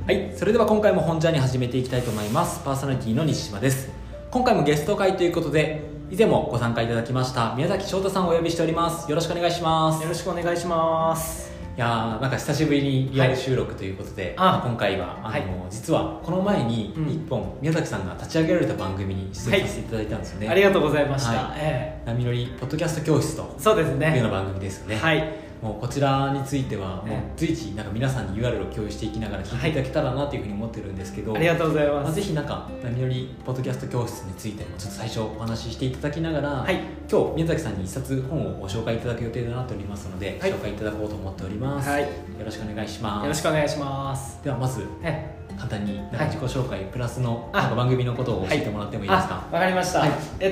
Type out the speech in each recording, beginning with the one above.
はい、それでは今回も本ジャーニー始めていきたいと思います。パーソナリティの西島です。今回もゲスト会ということで、以前もご参加いただきました宮崎翔太さんをお呼びしております。よろしくお願いします。 よろしくお願いします。 いやー、なんか久しぶりにリアル収録ということで、今回は実はこの前に一本宮崎さんが立ち上げられた番組に出演させていただいたんですよね。 ありがとうございました。 波乗りポッドキャスト教室とそうですね、 いうような番組ですよね。 はい、 もうこちらについてはもう随時なんか皆さんに URL を共有していきながら聞いていただけたらなというふうに思ってるんですけど、 ありがとうございます。 ぜひなんか波乗りポッドキャスト教室についてもちょっと最初お話ししていただきながら、今日宮崎さんに一冊本をご紹介いただく予定となっておりますので、紹介いただこうと思っております。よろしくお願いします。 よろしくお願いします。 ではまず簡単になんか自己紹介プラスのなんか番組のことを教えてもらってもいいですか？ わかりました。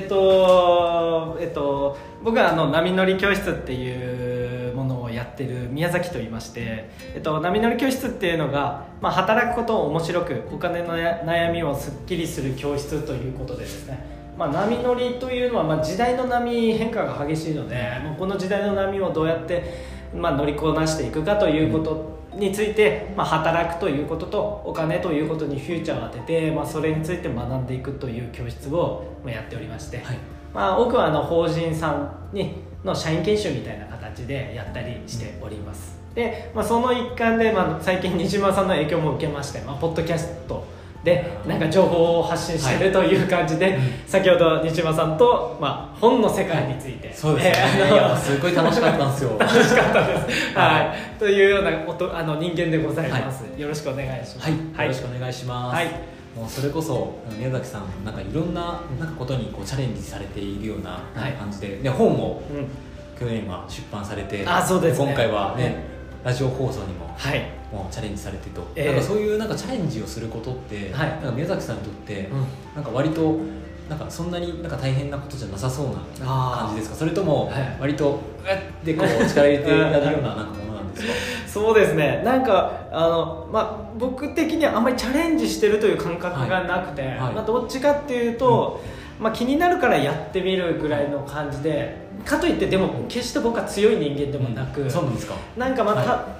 僕は波乗り教室っていうものをやってる宮崎と言いまして、波乗り教室っていうのが、働くことを面白くお金の悩みをすっきりする教室ということでですね、波乗りというのは、時代の波変化が激しいので、もうこの時代の波をどうやって、乗りこなしていくかということについて、働くということとお金ということにフューチャーを当てて、それについて学んでいくという教室をやっておりまして、多くは法人さんの社員研修みたいな形でやったりしております。で、その一環で、最近西島さんの影響も受けまして、ポッドキャストでなんか情報を発信してるという感じで、先ほど西島さんと、本の世界について、 そうですね、いやすごい楽しかったんですよ。 楽しかったです、というような人間でございます、よろしくお願いします。 よろしくお願いします。もうそれこそ宮崎さんなんかいろんなことにチャレンジされているような感じで、本も去年は出版されて、 そうですね、 今回はラジオ放送にももうチャレンジされてと、なんかそういうチャレンジをすることって、なんか宮崎さんにとってなんか割となんかそんなに大変なことじゃなさそうな感じですか？それとも割とで力入れてやるようなものなんですか？ そうですね、なんか僕的にはあんまりチャレンジしてるという感覚がなくて、どっちかっていうと、気になるからやってみるぐらいの感じで、かといってでも決して僕は強い人間でもなく、 そうなんですか？ なんか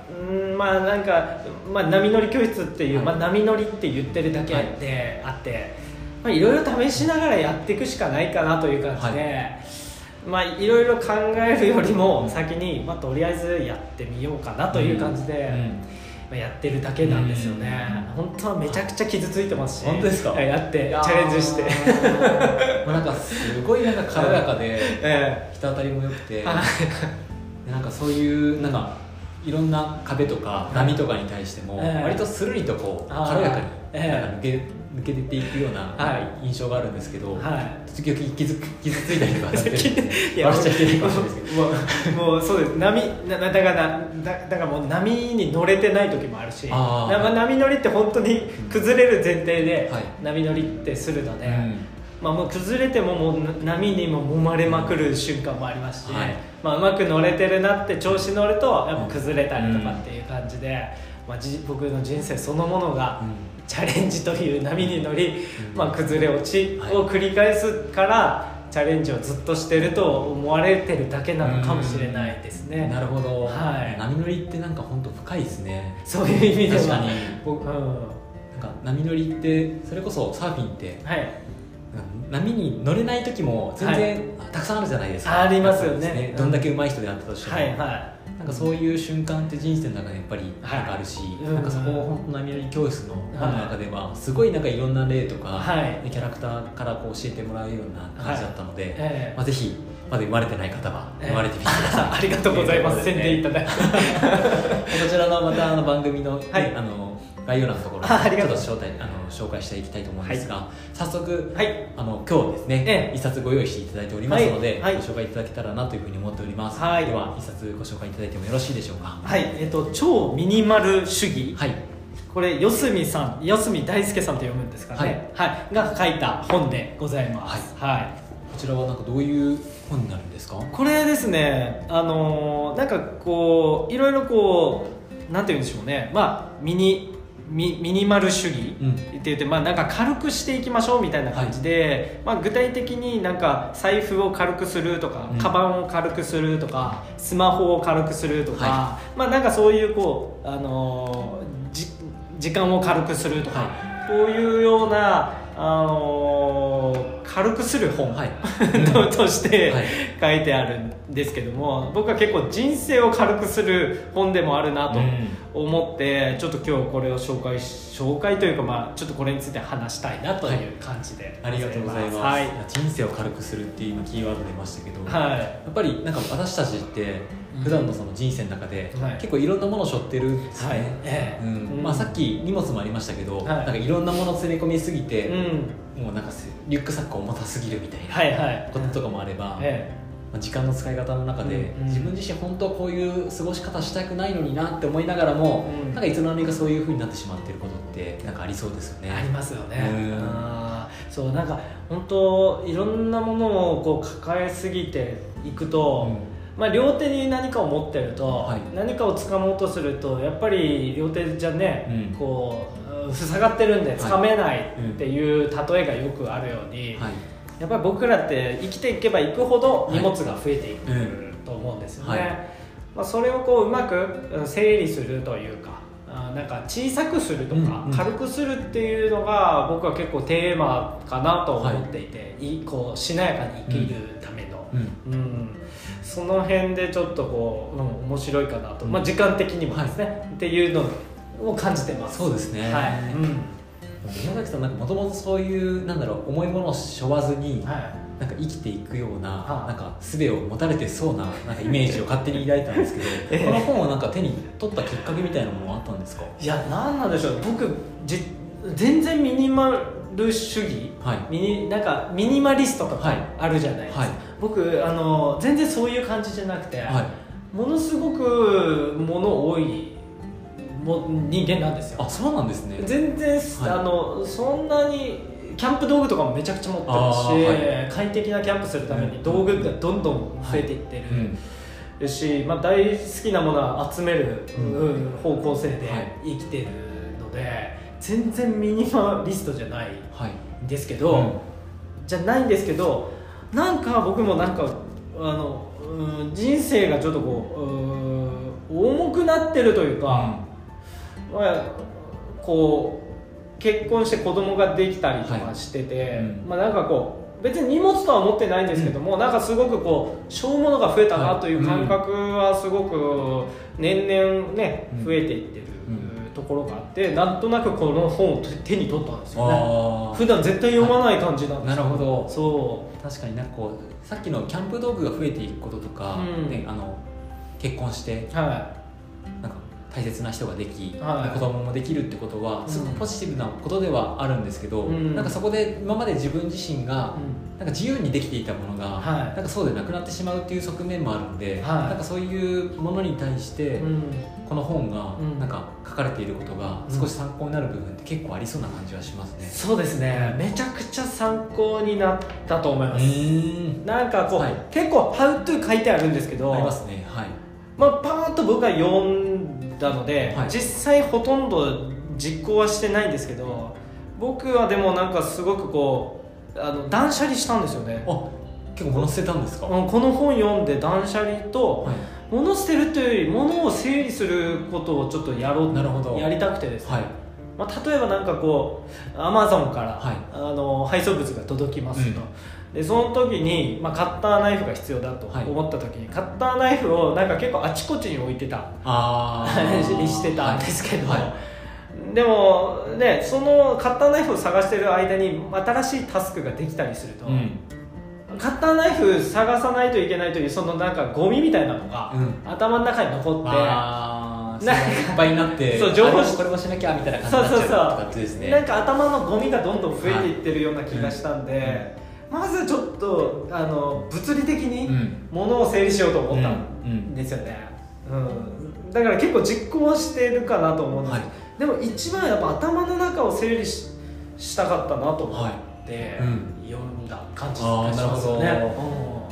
波乗り教室っていう、波乗りって言ってるだけであって、いろいろ試しながらやっていくしかないかなという感じで、いろいろ考えるよりも先に、とりあえずやってみようかなという感じで、やってるだけなんですよね。本当はめちゃくちゃ傷ついてますし。 本当ですか？ やってチャレンジしてなんかすごい軽やかで、人当たりも良くて、なんかそういういろんな壁とか波とかに対しても割とスルリと軽やかに抜け出ていくような印象があるんですけど、時々傷ついたりとかしてるんで笑っちゃいけないかもしれないですけど、 もうそうです。だからもう波に乗れてない時もあるし、波乗りって本当に崩れる前提で波乗りってするので、もう崩れてももう波にも揉まれまくる瞬間もありますし、うまく乗れてるなって調子乗るとやっぱ崩れたりとかっていう感じで、僕の人生そのものがチャレンジという波に乗り、崩れ落ちを繰り返すからチャレンジをずっとしてると思われてるだけなのかもしれないですね。 なるほど、波乗りってなんか本当深いですね。 そういう意味では確かに波乗りってそれこそサーフィンって、波に乗れない時も全然たくさんあるじゃないですか。 ありますよね。 どんだけ上手い人であったとしても、なんかそういう瞬間って人生の中でやっぱりあるし、なんかそこを本当波乗り教室の本の中ではすごいいろんな例とか、キャラクターから教えてもらうような感じだったので、ぜひまだ生まれてない方は生まれてみてください。 ありがとうございます。宣伝いただいてこちらのまた番組の概要欄のところにちょっと紹介していきたいと思うんですが、早速、今日ですね、一冊ご用意していただいておりますので、ご紹介いただけたらなというふうに思っております。では一冊ご紹介いただいてもよろしいでしょうか？ 超ミニマル主義、これ四隅大輔さんと読むんですかね、が書いた本でございます。こちらはなんかどういう本になるんですか？ これですね、なんかいろいろなんて言うんでしょうね、ミニマル主義って言って、なんか軽くしていきましょうみたいな感じで、具体的になんか財布を軽くするとか、カバンを軽くするとか、スマホを軽くするとか、なんかそういう時間を軽くするとか、こういうような軽くする本、として書いてあるんですけども、僕は結構人生を軽くする本でもあるなと思って、ちょっと今日これを紹介というか、ちょっとこれについて話したいなという感じで、 ありがとうございます。人生を軽くするっていう今キーワード出ましたけど、やっぱりなんか私たちって普段のその人生の中で結構いろんなものを背負ってるんですね。さっき荷物もありましたけど、なんかいろんなものを詰め込みすぎて、もうなんかリュックサック重たすぎるみたいなこととかもあれば、時間の使い方の中で自分自身本当はこういう過ごし方したくないのになって思いながらも、なんかいつの間にかそういう風になってしまっていることってなんかありそうですよね。 ありますよね。そう、なんか本当いろんなものをこう抱えすぎていくと、両手に何かを持ってると、何かを掴もうとするとやっぱり両手じゃね、こう塞がってるんで掴めないっていう例えがよくあるように、やっぱり僕らって生きていけばいくほど荷物が増えていくと思うんですよね。それをこううまく整理するというか、なんか小さくするとか、軽くするっていうのが僕は結構テーマかなと思っていて、こうしなやかに生きるための、その辺でちょっとこう、面白いかなと、時間的にもですね、っていうのを感じてます。 そうですね。宮崎さんなんかもともとそういう重いものを背負わずに、なんか生きていくような、なんか術を持たれてそうな、なんかイメージを勝手に抱いたんですけど、この本をなんか手に取ったきっかけみたいなものはあったんですか？ いや、なんなんでしょう。僕全然ミニマル主義、なんかミニマリストとかあるじゃないですか。僕全然そういう感じじゃなくて、ものすごく物多い人間なんですよ。 あ、そうなんですね。 全然、そんなにキャンプ道具とかもめちゃくちゃ持ってるし、快適なキャンプするために道具がどんどん増えていってるし、大好きなものは集める方向性で生きてるので、全然ミニマリストじゃないんですけど、なんか僕もなんか人生がちょっとこう重くなってるというか、こう結婚して子供ができたりとかしてて、なんかこう別に荷物とは思ってないんですけども、なんかすごくこう背負うものが増えたなという感覚はすごく年々ね、増えていってるところがあって、なんとなくこの本を手に取ったんですよね。普段絶対読まない感じなんですよ。 なるほど。 そう、 確かになんかこうさっきのキャンプ道具が増えていくこととか、結婚して、なんか大切な人ができ、子供もできるってことはすごくポジティブなことではあるんですけど、なんかそこで今まで自分自身がなんか自由にできていたものが、なんかそうでなくなってしまうっていう側面もあるので、なんかそういうものに対して、この本がなんか書かれていることが少し参考になる部分って結構ありそうな感じはしますね。 そうですね、めちゃくちゃ参考になったと思います。なんかこう、結構「How to」書いてあるんですけど、 ありますね。 パーッと僕は読んだので、実際ほとんど実行はしてないんですけど、僕はでもなんかすごくこう断捨離したんですよね。 結構物捨てたんですか？ この本読んで断捨離と、物捨てるというより物を整理することをちょっとやりたくてですね、例えばなんかこう Amazon から、配送物が届きますと、でその時に、カッターナイフが必要だと思った時に、カッターナイフをなんか結構あちこちに置いてたしてたんですけど、でもね、そのカッターナイフを探してる間に新しいタスクができたりすると、カッターナイフ探さないといけないというそのなんかゴミみたいなのが頭の中に残って、 いっぱいになって情報これもしなきゃみたいな感じになっちゃうって感じですね。 なんか頭のゴミがどんどん増えていってるような気がしたんで、まずちょっと物理的に物を整理しようと思ったんですよね。だから結構実行してるかなと思うんです、でも一番やっぱ頭の中を整理したかったなと思って読んだ感じがしますよね。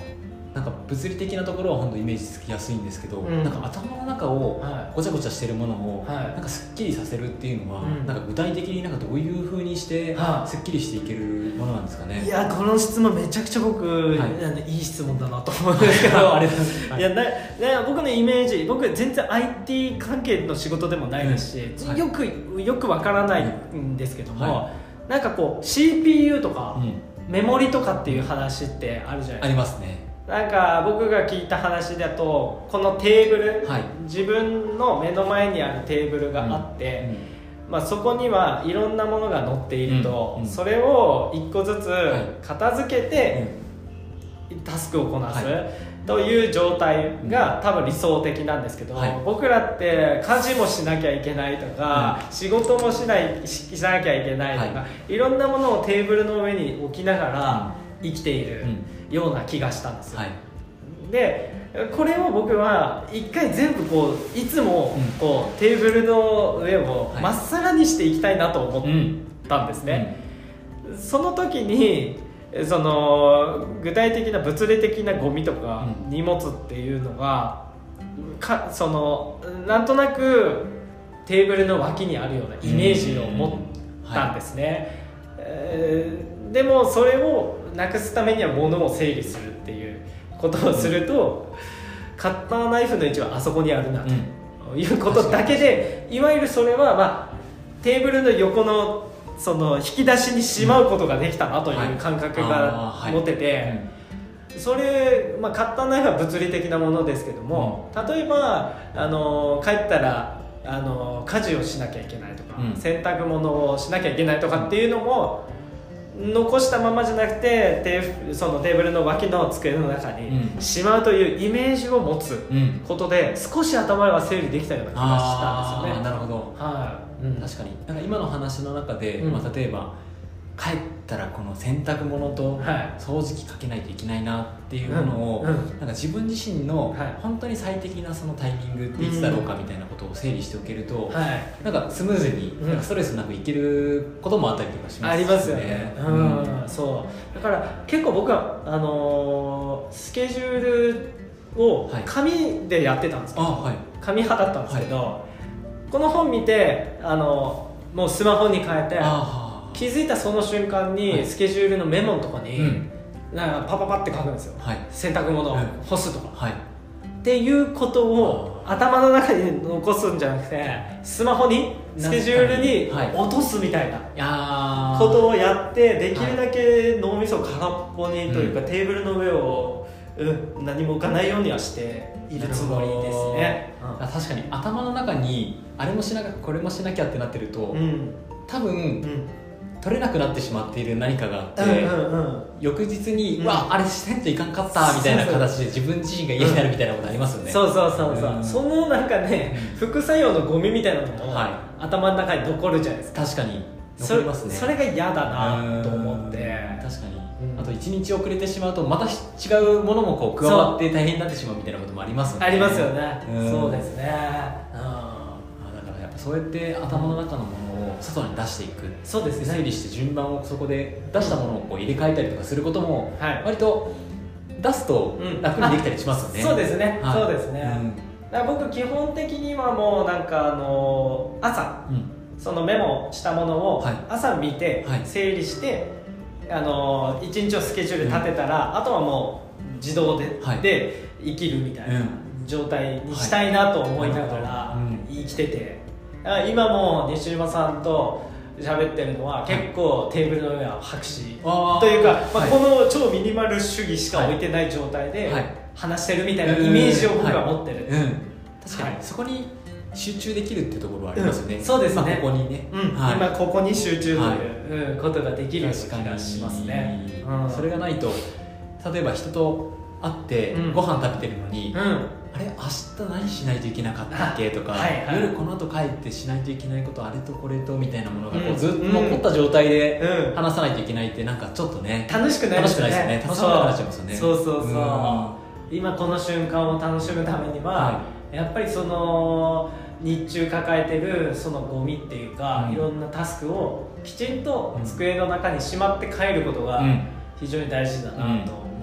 なんか物理的なところは本当イメージつきやすいんですけど、 うん、 なんか頭の中をごちゃごちゃしてるものをなんかすっきりさせるっていうのは、なんか具体的になんかどういう風にしてすっきりしていけるものなんですかね。 いやこの質問めちゃくちゃ僕、いい質問だなと思うんですけど、あれいや僕のイメージ、僕全然 IT 関係の仕事でもないですし、よくわからないんですけども、なんかこう CPU とか、メモリとかっていう話ってあるじゃないですか。 ありますね。 なんか僕が聞いた話だと、このテーブル、自分の目の前にあるテーブルがあって、まあ、そこにはいろんなものが載っていると、それを一個ずつ片付けて、タスクをこなす、という状態が多分理想的なんですけど、僕らって家事もしなきゃいけないとか、仕事もしなきゃいけないとか、いろんなものをテーブルの上に置きながら生きているような気がしたんですよ。でこれを僕は一回全部こういつもこうテーブルの上をまっさらにしていきたいなと思ったんですね。その時にその具体的な物理的なゴミとか荷物っていうのがそのなんとなくテーブルの脇にあるようなイメージを持ったんですね。でもそれをなくすためには物を整理するっていうことをすると、カッターナイフの位置はあそこにあるなということだけで、いわゆるそれは、まあ、テーブルの横のその引き出しにしまうことができたなという感覚が持てて、それ、まあ、カッターナイフは物理的なものですけども、例えば帰ったら家事をしなきゃいけないとか、洗濯物をしなきゃいけないとかっていうのも残したままじゃなくて、そのテーブルの脇の机の中にしまうというイメージを持つことで、少し頭が整理できたような気がしたんですよね。 なるほど、確かになんか今の話の中で、まあ、例えば帰ったらこの洗濯物と掃除機かけないといけないなっていうものを、なんか自分自身の本当に最適なそのタイミングっていつだろうかみたいなことを整理しておけると、なんかスムーズになんかストレスなくいけることもあったりとかしますね。 ありますよね。そうだから結構僕はスケジュールを紙でやってたんですけど、紙派だったんですけど、この本見てもうスマホに変えて、気づいたその瞬間にスケジュールのメモのとこに、なんかパパパって書くんですよ、洗濯物を干すとか、っていうことを頭の中に残すんじゃなくて、スマホにスケジュールに落とすみたいなことをやって、できるだけ脳みそを空っぽにというか、テーブルの上を、何も置かないようにはしているつもりですね。 確かに頭の中にあれもしなきゃこれもしなきゃってなってると、多分、取れなくなってしまっている何かがあって、翌日に、うわあれしないといかんかったみたいな形で自分自身が嫌になるみたいなことありますよね。そのなんかね、副作用のゴミみたいなのも、頭の中に残るじゃないですか。 確かに残りますね。 それが嫌だなと思って。 確かに、あと1日遅れてしまうとまた違うものもこう加わって大変になってしまうみたいなこともありますよね。 ありますよね。そうですね。 だからやっぱそうやって頭の中のものを外に出していく、 そうですね、 整理して順番をそこで出したものをこう入れ替えたりとかすることも、割と出すと楽にできたりしますよね。 そうですね、そうですね。だから僕基本的にはもうなんか朝、そのメモしたものを朝見て整理して、一日をスケジュール立てたら、あとはもう自動で生きるみたいな状態にしたいなと思いながら生きてて、今も西島さんと喋ってるのは結構テーブルの上は白紙というか、この超ミニマル主義しか置いてない状態で話してるみたいなイメージを僕は持ってる。 確かにそこに集中できるっていうところはありますよね。 そうですね。 ここにね、 今ここに集中ということができるような気がしますね。 それがないと、例えば人と会ってご飯食べてるのに、あれ明日何しないといけなかったっけとか、夜この後帰ってしないといけないことあれとこれとみたいなものがこうずっと残った状態で話さないといけないって、なんかちょっとね、 楽しくないですよね。 楽しくなくなっちゃいますよね。 今この瞬間を楽しむためには、やっぱりその日中抱えてるそのゴミっていうか、いろんなタスクをきちんと机の中にしまって帰ることが非常に大事だなと思って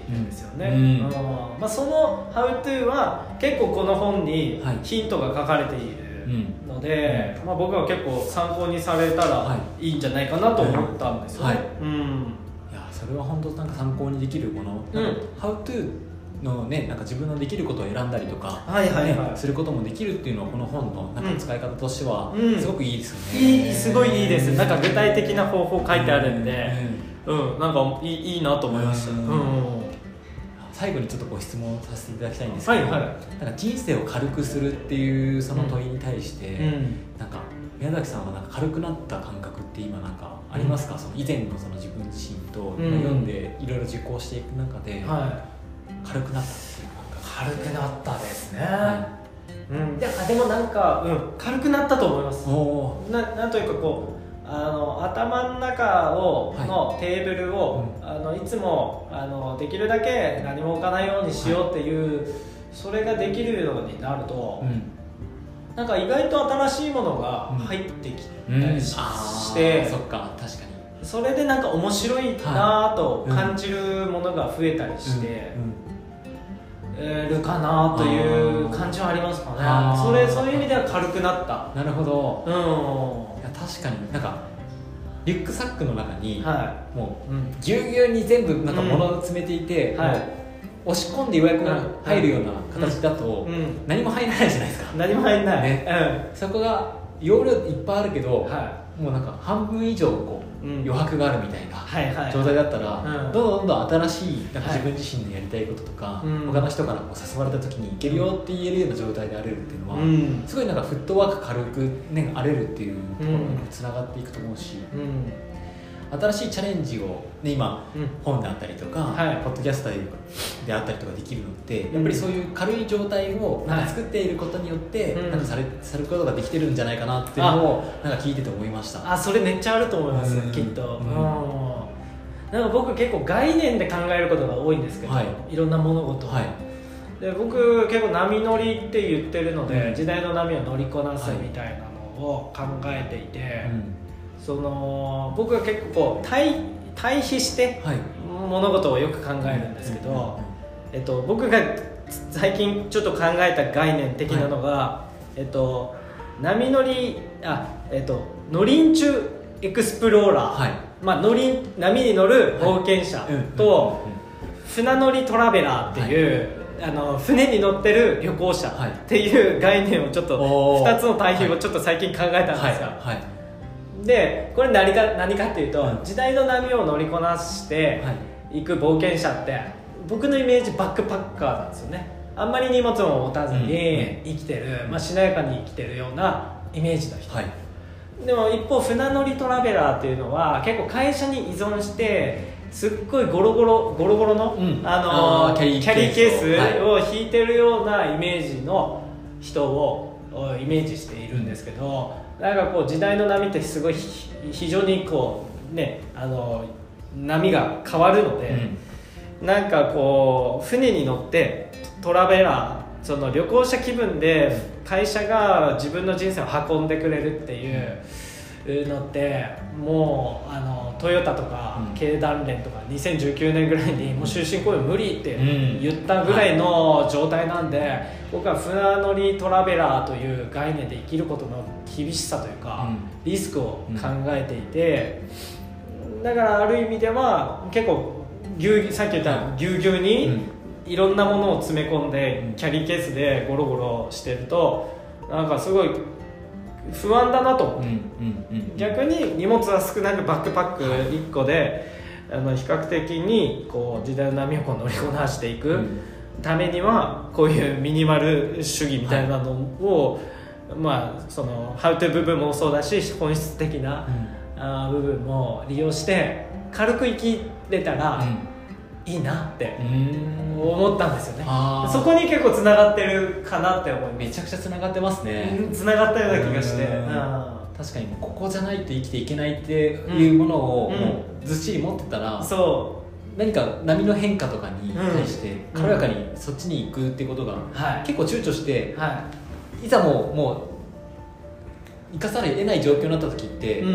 んですよね、まあ、その How to は結構この本にヒントが書かれているので、まあ、僕は結構参考にされたらいいんじゃないかなと思ったんですよね、 いやそれは本当なんか参考にできるもの、How toのね、なんか自分のできることを選んだりとか、することもできるっていうのはこの本のなんか使い方としてはすごくいいですよね、 すごいいいです。なんか具体的な方法書いてあるんで、なんかいいなと思いました。 最後にちょっとご質問させていただきたいんですけど、なんか人生を軽くするっていうその問いに対して、なんか宮崎さんはなんか軽くなった感覚って今なんかありますか？その以前のその自分自身と読んでいろいろ実行していく中で、軽くなったっていう感覚。 軽くなったですね、でもなんか、軽くなったと思います。なんというかこう頭の中のテーブルを、いつもできるだけ何も置かないようにしようっていう、それができるようになると、なんか意外と新しいものが入ってきたりして、 そっか、確かにそれでなんか面白いなと感じるものが増えたりしてるかなという感じはありますかね。そういう意味では軽くなった。 なるほど、いや確かになんかリュックサックの中に、もうぎゅうぎゅうに全部なんか物を詰めていて、押し込んでようやく入るような形だと何も入らないじゃないですか。 何も入らない、 そこが容量いっぱいあるけど、もうなんか半分以上こう、余白があるみたいな状態だったら、どんどん新しいなんか自分自身でやりたいこととか、他の人からこう誘われた時にいけるよって言えるような状態であれるっていうのは、すごいなんかフットワーク軽くね荒れるっていうところにつながっていくと思うし、新しいチャレンジを、ね、今、本であったりとか、ポッドキャスターであったりとかできるのってやっぱりそういう軽い状態をなんか作っていることによって、なんかされることができてるんじゃないかなっていうのをなんか聞いてて思いました。 それめっちゃあると思います、きっと。なんか僕結構概念で考えることが多いんですけど、いろんな物事を、で僕結構波乗りって言ってるので、時代の波を乗りこなすみたいなのを考えていて、僕は結構こう対比して物事をよく考えるんですけど、僕が最近ちょっと考えた概念的なのが、波乗り乗りんちゅエクスプローラー、波に乗る冒険者と、船乗りトラベラーっていう、船に乗ってる旅行者っていう概念をちょっと2つの対比をちょっと最近考えたんですよ。でこれ何かっていうと、時代の波を乗りこなしていく冒険者って僕のイメージバックパッカーなんですよね。あんまり荷物も持たずに生きてる、しなやかに生きてるようなイメージの人、でも一方船乗りトラベラーっていうのは結構会社に依存してすっごいゴロゴロの、キャリーケースを引いてるようなイメージの人をイメージしているんですけど、なんかこう時代の波ってすごい非常にこうね波が変わるので、なんかこう船に乗ってトラベラー、その旅行者気分で会社が自分の人生を運んでくれるっていうのってもうトヨタとか経団連とか2019年ぐらいにもう終身雇用無理って言ったぐらいの状態なんで、僕は船乗りトラベラーという概念で生きることの厳しさというか、リスクを考えていて、だからある意味では結構さっき言ったぎゅうぎゅうにいろんなものを詰め込んでキャリーケースでゴロゴロしてるとなんかすごい不安だなと思って、逆に荷物は少なくバックパック1個で比較的にこう時代の波をこう乗りこなしていくためにはこういうミニマル主義みたいなのを、そのハウトゥー部分もそうだし本質的な部分も利用して軽く生きれたらいいなって思ったんですよね。そこに結構つながってるかなって思います。 めちゃくちゃつながってますね。 つながったような気がして、 確かにここじゃないと生きていけないっていうものをもうずっしり持ってたら、何か波の変化とかに対して軽やかにそっちに行くってことが結構躊躇して、いざもう生かされ得ない状況になった時って、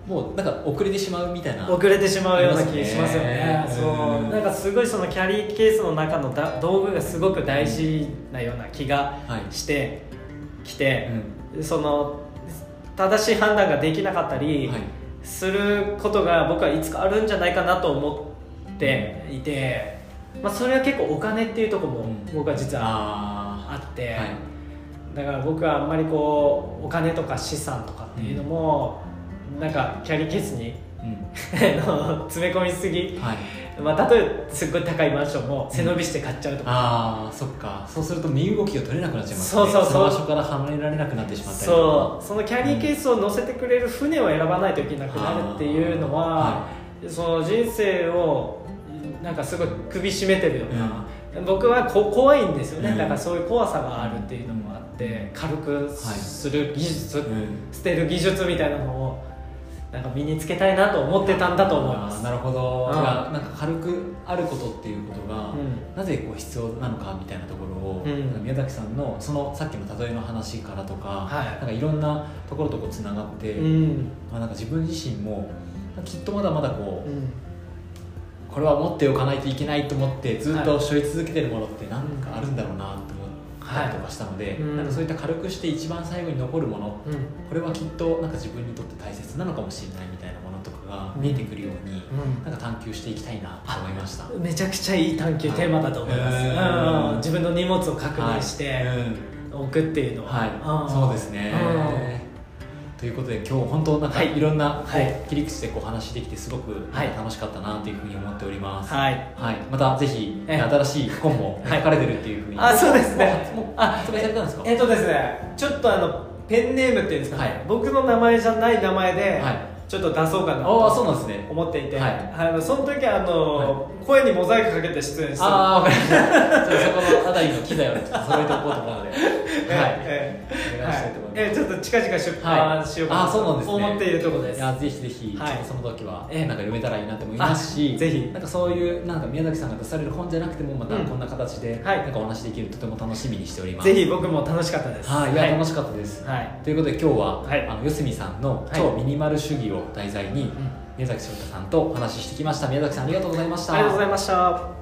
もうなんか遅れてしまうみたいな、 遅れてしまうような気がしますよね。そうなんかすごいそのキャリーケースの中の道具がすごく大事なような気がしてきて、その正しい判断ができなかったりすることが僕はいつかあるんじゃないかなと思っていて、それは結構お金っていうところも僕は実はあって、だから僕はあんまりこうお金とか資産とかっていうのもなんかキャリーケースに詰め込みすぎ、例えばすっごい高いマンションも背伸びして買っちゃうとか、 そっか、そうすると身動きが取れなくなっちゃいますね。その場所から離れられなくなってしまったりとか、 そのキャリーケースを乗せてくれる船を選ばないといけなくなるっていうのは、その人生をなんかすごい首絞めてるような、僕は怖いんですよね。だからそういう怖さがあるっていうのもあって、軽くする技術、捨てる技術みたいなのをなんか身につけたいなと思ってたんだと思います。 なるほど。なんか軽くあることっていうことが、なぜこう必要なのかみたいなところを、宮崎さんのそのさっきの例えの話からとか、なんかいろんなところとこうつながって、なんか自分自身もきっとまだまだこう、これは持っておかないといけないと思ってずっと背負い続けてるものって何かあるんだろうなと思ったりとかしたので、なんかそういった軽くして一番最後に残るもの、これはきっとなんか自分にとって大切なのかもしれないみたいなものとかが見えてくるように、なんか探求していきたいなと思いました。 めちゃくちゃいい探求テーマだと思います。自分の荷物を確認しておくっていうのは、 そうですね。ということで今日本当なんかいろんな切り口でこう話できてすごく楽しかったなというふうに思っております。またぜひ新しい本も書かれてるっていうふうに。 そうですね。 もう発売されたんですか？ ですね。ちょっとペンネームっていうんですかね。僕の名前じゃない名前でちょっと出そうかなと思っていて、その時声にモザイクかけて出演して、 わかりました。そこのあたりの機材をちょっと揃えておこうと思うので、お願いしたいと思います。 ちょっと近々出版しようかなと思っているところです。 いやぜひぜひその時はなんか読めたらいいなと思いますし、ぜひなんかそういうなんか宮崎さんが出される本じゃなくてもまたこんな形でなんかお話できるとても楽しみにしております。 ぜひ僕も楽しかったです。 いや楽しかったです。ということで今日は四隅さんの超ミニマル主義を題材に宮崎翔太さんとお話ししてきました。宮崎さんありがとうございました。 ありがとうございました。